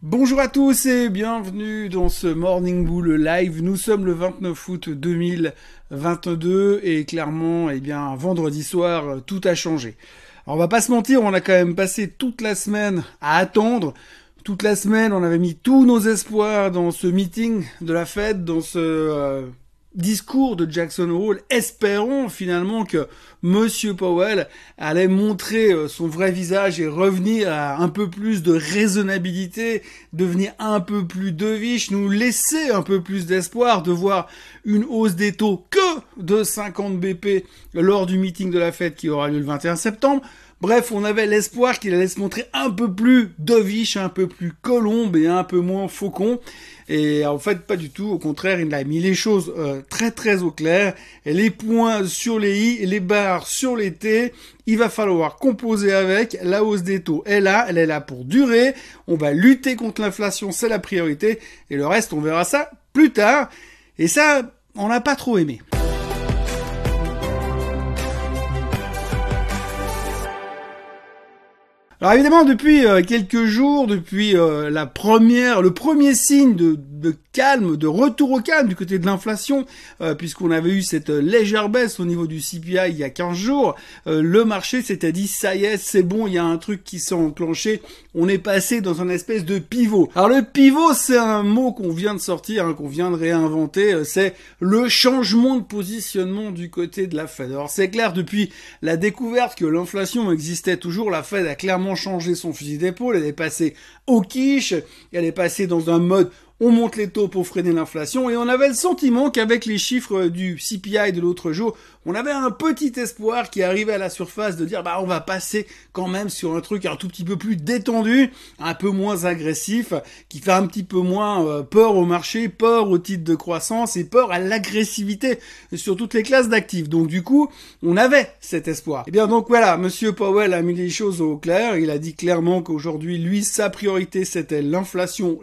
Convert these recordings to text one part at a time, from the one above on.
Bonjour à tous et bienvenue dans ce Morning Bull Live. Nous sommes le 29 août 2022 et clairement, vendredi soir, tout a changé. Alors on va pas se mentir, on a quand même passé toute la semaine à attendre. Toute la semaine, on avait mis tous nos espoirs dans ce meeting de la Fed, dans ce discours de Jackson Hole, espérons finalement que Monsieur Powell allait montrer son vrai visage et revenir à un peu plus de raisonnabilité, devenir un peu plus dovish, nous laisser un peu plus d'espoir de voir une hausse des taux que de 50 BP lors du meeting de la Fed qui aura lieu le 21 septembre. Bref, on avait l'espoir qu'il allait se montrer un peu plus dovish, un peu plus colombe et un peu moins faucon. Et en fait, pas du tout. Au contraire, il a mis les choses très très au clair. Et les points sur les i, et les barres sur les t. Il va falloir composer avec. La hausse des taux est là. Elle est là pour durer. On va lutter contre l'inflation, c'est la priorité. Et le reste, on verra ça plus tard. Et ça, on n'a pas trop aimé. Alors évidemment, depuis quelques jours, depuis le premier signe de calme, de retour au calme du côté de l'inflation, puisqu'on avait eu cette légère baisse au niveau du CPI il y a 15 jours, le marché s'était dit, ça y est, c'est bon, il y a un truc qui s'est enclenché, on est passé dans un espèce de pivot. Alors le pivot, c'est un mot qu'on vient de sortir, qu'on vient de réinventer, c'est le changement de positionnement du côté de la Fed. Alors c'est clair, depuis la découverte que l'inflation existait toujours, la Fed a clairement changé son fusil d'épaule, elle est passée au quiche, elle est passée dans un mode on monte les taux pour freiner l'inflation et on avait le sentiment qu'avec les chiffres du CPI de l'autre jour, on avait un petit espoir qui arrivait à la surface de dire on va passer quand même sur un truc un tout petit peu plus détendu, un peu moins agressif, qui fait un petit peu moins peur au marché, peur au titre de croissance et peur à l'agressivité sur toutes les classes d'actifs. Donc du coup, on avait cet espoir. Et bien donc voilà, Monsieur Powell a mis les choses au clair, il a dit clairement qu'aujourd'hui, lui, sa priorité c'était l'inflation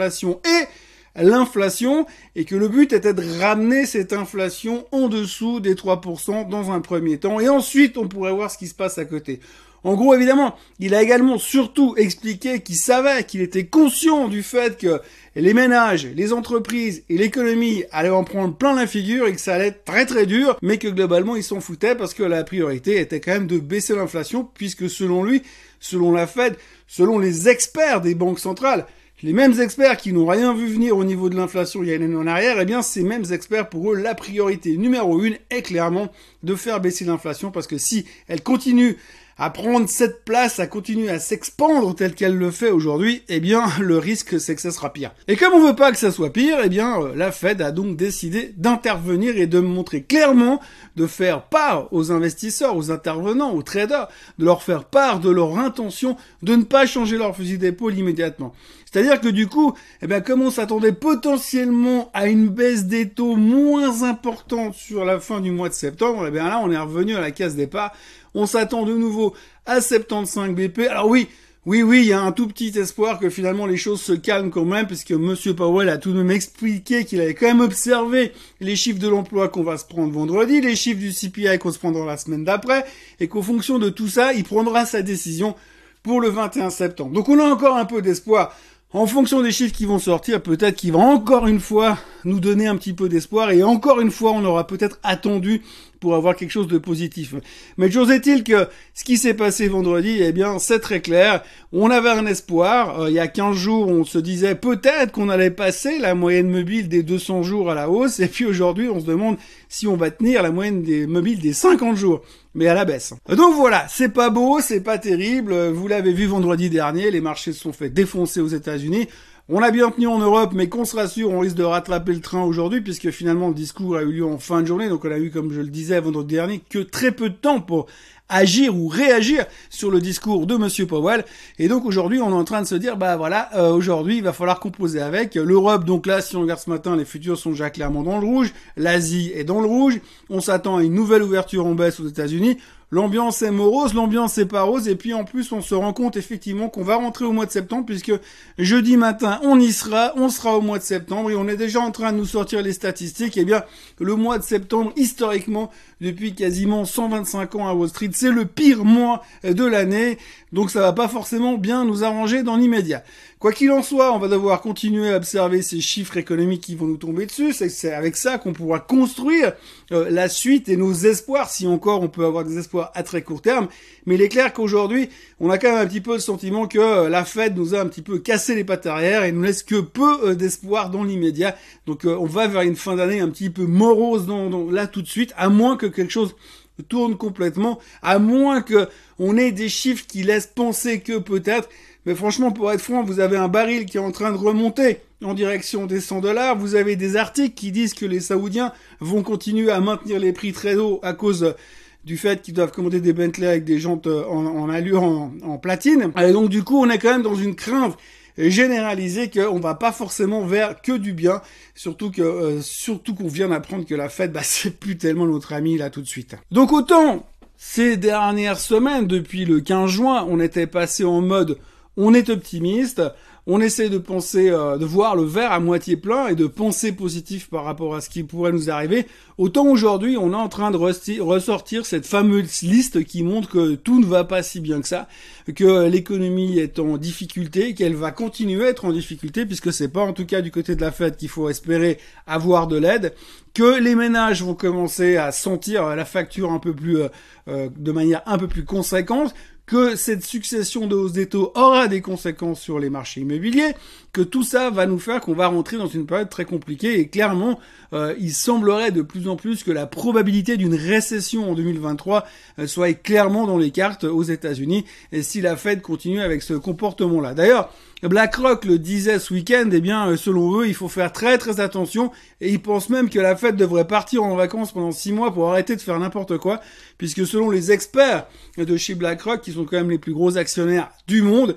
et que le but était de ramener cette inflation en dessous des 3% dans un premier temps et ensuite on pourrait voir ce qui se passe à côté. En gros, évidemment, il a également surtout expliqué qu'il savait, qu'il était conscient du fait que les ménages, les entreprises et l'économie allaient en prendre plein la figure et que ça allait être très très dur, mais que globalement il s'en foutait parce que la priorité était quand même de baisser l'inflation puisque selon lui, selon la Fed, selon les experts des banques centrales, les mêmes experts qui n'ont rien vu venir au niveau de l'inflation il y a une année en arrière, ces mêmes experts, pour eux, la priorité numéro 1 est clairement de faire baisser l'inflation parce que si elle continue à prendre cette place, à continuer à s'expandre tel qu'elle le fait aujourd'hui, le risque c'est que ça sera pire. Et comme on veut pas que ça soit pire, la Fed a donc décidé d'intervenir et de montrer clairement, de faire part aux investisseurs, aux intervenants, aux traders, de leur faire part de leur intention de ne pas changer leur fusil d'épaule immédiatement. C'est-à-dire que du coup, comme on s'attendait potentiellement à une baisse des taux moins importante sur la fin du mois de septembre, là on est revenu à la case départ. On s'attend de nouveau à 75 BP. Alors oui, il y a un tout petit espoir que finalement les choses se calment quand même, puisque Monsieur Powell a tout de même expliqué qu'il avait quand même observé les chiffres de l'emploi qu'on va se prendre vendredi, les chiffres du CPI qu'on se prendra la semaine d'après, et qu'au fonction de tout ça, il prendra sa décision pour le 21 septembre. Donc on a encore un peu d'espoir. En fonction des chiffres qui vont sortir, peut-être qu'il va encore une fois nous donner un petit peu d'espoir et encore une fois, on aura peut-être attendu pour avoir quelque chose de positif. Mais toujours est-il que ce qui s'est passé vendredi, c'est très clair. On avait un espoir. Il y a 15 jours, on se disait peut-être qu'on allait passer la moyenne mobile des 200 jours à la hausse. Et puis aujourd'hui, on se demande si on va tenir la moyenne des mobiles des 50 jours. Mais à la baisse. Donc voilà, c'est pas beau, c'est pas terrible. Vous l'avez vu vendredi dernier, les marchés se sont fait défoncer aux États-Unis. On a bien tenu en Europe, mais qu'on se rassure, on risque de rattraper le train aujourd'hui, puisque finalement le discours a eu lieu en fin de journée. Donc on a eu, comme je le disais vendredi dernier, que très peu de temps pour agir ou réagir sur le discours de Monsieur Powell. Et donc aujourd'hui, on est en train de se dire, aujourd'hui, il va falloir composer avec. L'Europe, donc là, si on regarde ce matin, les futurs sont déjà clairement dans le rouge. L'Asie est dans le rouge. On s'attend à une nouvelle ouverture en baisse aux États-Unis. L'ambiance est morose, l'ambiance est pas rose, et puis en plus on se rend compte effectivement qu'on va rentrer au mois de septembre, puisque jeudi matin on sera au mois de septembre, et on est déjà en train de nous sortir les statistiques. Le mois de septembre, historiquement, depuis quasiment 125 ans à Wall Street, c'est le pire mois de l'année, donc ça va pas forcément bien nous arranger dans l'immédiat. Quoi qu'il en soit, on va devoir continuer à observer ces chiffres économiques qui vont nous tomber dessus. C'est avec ça qu'on pourra construire la suite et nos espoirs, si encore on peut avoir des espoirs à très court terme. Mais il est clair qu'aujourd'hui, on a quand même un petit peu le sentiment que la Fed nous a un petit peu cassé les pattes arrière et nous laisse que peu d'espoir dans l'immédiat. Donc on va vers une fin d'année un petit peu morose là tout de suite, à moins que quelque chose tourne complètement, à moins que on ait des chiffres qui laissent penser que peut-être. Mais franchement, pour être franc, vous avez un baril qui est en train de remonter en direction des $100. Vous avez des articles qui disent que les Saoudiens vont continuer à maintenir les prix très hauts à cause du fait qu'ils doivent commander des Bentley avec des jantes en allure en platine. Et donc du coup, on est quand même dans une crainte généralisée qu'on va pas forcément vers que du bien, surtout qu'on vient d'apprendre que la Fed, c'est plus tellement notre ami là tout de suite. Donc autant ces dernières semaines, depuis le 15 juin, on était passé en mode on est optimiste, on essaie de penser, de voir le verre à moitié plein et de penser positif par rapport à ce qui pourrait nous arriver. Autant aujourd'hui, on est en train de ressortir cette fameuse liste qui montre que tout ne va pas si bien que ça, que l'économie est en difficulté, qu'elle va continuer à être en difficulté, puisque c'est pas en tout cas du côté de la Fed qu'il faut espérer avoir de l'aide, que les ménages vont commencer à sentir la facture un peu plus, de manière un peu plus conséquente, que cette succession de hausses des taux aura des conséquences sur les marchés immobiliers, que tout ça va nous faire qu'on va rentrer dans une période très compliquée et clairement, il semblerait de plus en plus que la probabilité d'une récession en 2023 soit clairement dans les cartes aux États-Unis et si la Fed continue avec ce comportement-là. D'ailleurs, BlackRock le disait ce week-end, selon eux, il faut faire très très attention et ils pensent même que la Fed devrait partir en vacances pendant 6 mois pour arrêter de faire n'importe quoi, puisque selon les experts de chez BlackRock, qui sont quand même les plus gros actionnaires du monde,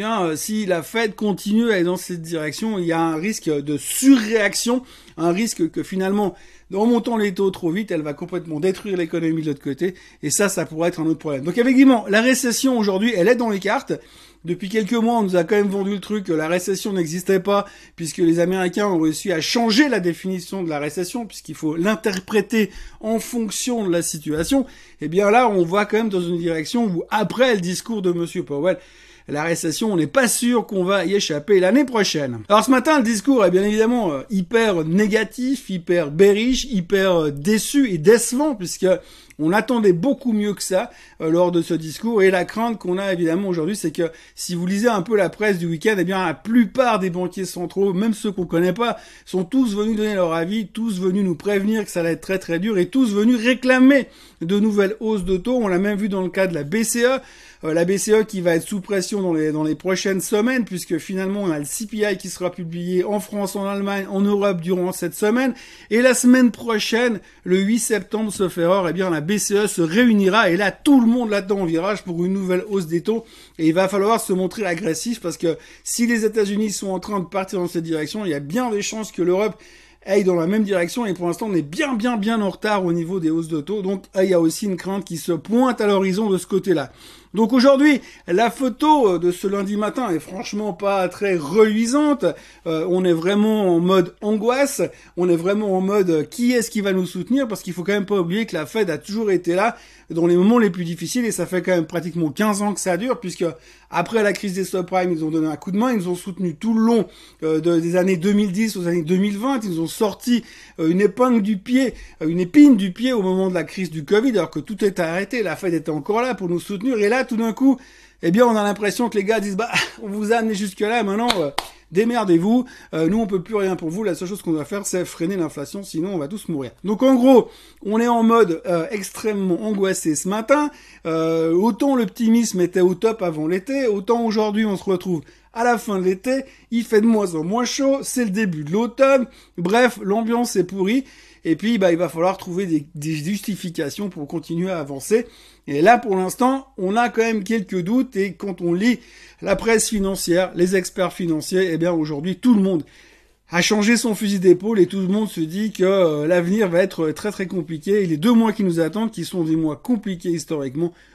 si la Fed continue à aller dans cette direction, il y a un risque de surréaction, un risque que finalement, en montant les taux trop vite, elle va complètement détruire l'économie de l'autre côté, et ça pourrait être un autre problème. Donc effectivement, la récession aujourd'hui, elle est dans les cartes. Depuis quelques mois, on nous a quand même vendu le truc que la récession n'existait pas, puisque les Américains ont réussi à changer la définition de la récession, puisqu'il faut l'interpréter en fonction de la situation. Et bien là, on va quand même dans une direction où, après le discours de Monsieur Powell, la récession, on n'est pas sûr qu'on va y échapper l'année prochaine. Alors ce matin, le discours est bien évidemment hyper négatif, hyper bearish, hyper déçu et décevant, puisque on attendait beaucoup mieux que ça lors de ce discours. Et la crainte qu'on a évidemment aujourd'hui, c'est que si vous lisez un peu la presse du week-end, la plupart des banquiers centraux, même ceux qu'on connaît pas, sont tous venus donner leur avis, tous venus nous prévenir que ça allait être très très dur et tous venus réclamer de nouvelles hausses de taux. On l'a même vu dans le cas de la BCE. La BCE qui va être sous pression dans les prochaines semaines, puisque finalement on a le CPI qui sera publié en France, en Allemagne, en Europe durant cette semaine. Et la semaine prochaine, le 8 septembre, sauf erreur, la BCE se réunira et là tout le monde là-dedans en virage pour une nouvelle hausse des taux. Et il va falloir se montrer agressif parce que si les États-Unis sont en train de partir dans cette direction, il y a bien des chances que l'Europe aille dans la même direction et pour l'instant on est bien en retard au niveau des hausses de taux. Donc il y a aussi une crainte qui se pointe à l'horizon de ce côté-là. Donc aujourd'hui, la photo de ce lundi matin est franchement pas très reluisante. On est vraiment en mode angoisse. On est vraiment en mode qui est-ce qui va nous soutenir, parce qu'il faut quand même pas oublier que la Fed a toujours été là dans les moments les plus difficiles et ça fait quand même pratiquement 15 ans que ça dure, puisque après la crise des subprimes, ils ont donné un coup de main, ils nous ont soutenu tout le long des années 2010 aux années 2020, ils nous ont sorti une épine du pied au moment de la crise du Covid, alors que tout était arrêté, la Fed était encore là pour nous soutenir, et là tout d'un coup, on a l'impression que les gars disent on vous a amené jusque là, maintenant démerdez-vous, nous on peut plus rien pour vous, la seule chose qu'on doit faire c'est freiner l'inflation, sinon on va tous mourir. Donc en gros, on est en mode extrêmement angoissé ce matin, autant l'optimisme était au top avant l'été, autant aujourd'hui on se retrouve à la fin de l'été, il fait de moins en moins chaud, c'est le début de l'automne, bref, l'ambiance est pourrie, et puis il va falloir trouver des justifications pour continuer à avancer. Et là, pour l'instant, on a quand même quelques doutes, et quand on lit la presse financière, les experts financiers, aujourd'hui, tout le monde a changé son fusil d'épaule et tout le monde se dit que l'avenir va être très très compliqué. Et les 2 mois qui nous attendent, qui sont des mois compliqués historiquement,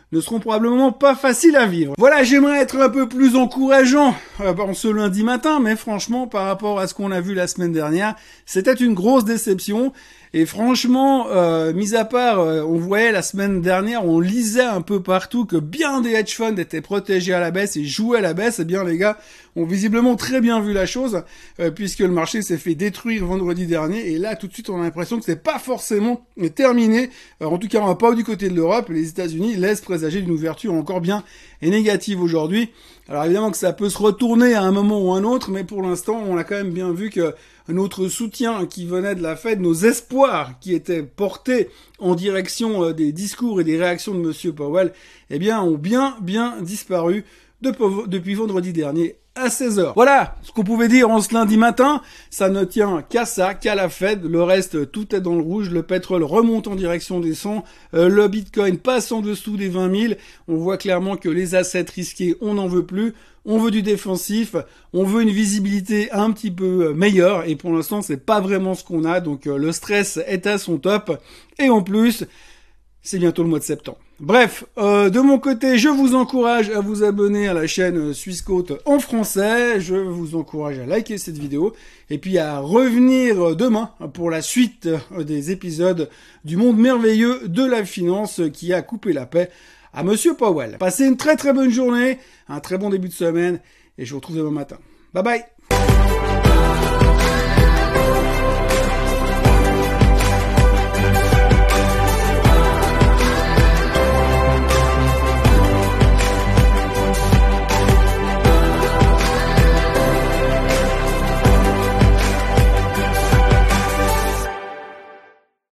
ne seront probablement pas faciles à vivre. Voilà, j'aimerais être un peu plus encourageant en ce lundi matin, mais franchement, par rapport à ce qu'on a vu la semaine dernière, c'était une grosse déception. Et franchement, mis à part, on voyait la semaine dernière, on lisait un peu partout que bien des hedge funds étaient protégés à la baisse et jouaient à la baisse. Eh bien, les gars ont visiblement très bien vu la chose, puisque le marché s'est fait détruire vendredi dernier. Et là, tout de suite, on a l'impression que c'est pas forcément terminé. En tout cas, pas du côté de l'Europe. Les États-Unis laissent présager d'une ouverture encore bien et négative aujourd'hui. Alors évidemment que ça peut se retourner à un moment ou un autre, mais pour l'instant, on a quand même bien vu que notre soutien qui venait de la Fed, nos espoirs qui étaient portés en direction des discours et des réactions de Monsieur Powell, eh bien, ont bien disparu depuis vendredi dernier à 16h. Voilà ce qu'on pouvait dire en ce lundi matin. Ça ne tient qu'à ça, qu'à la Fed. Le reste, tout est dans le rouge. Le pétrole remonte en direction des 100. Le Bitcoin passe en dessous des 20 000. On voit clairement que les assets risqués, on n'en veut plus. On veut du défensif. On veut une visibilité un petit peu meilleure. Et pour l'instant, c'est pas vraiment ce qu'on a. Donc, le stress est à son top. Et en plus, c'est bientôt le mois de septembre. Bref, de mon côté, je vous encourage à vous abonner à la chaîne Swissquote en français. Je vous encourage à liker cette vidéo et puis à revenir demain pour la suite des épisodes du monde merveilleux de la finance qui a coupé la paix à Monsieur Powell. Passez une très bonne journée, un très bon début de semaine et je vous retrouve demain matin. Bye bye.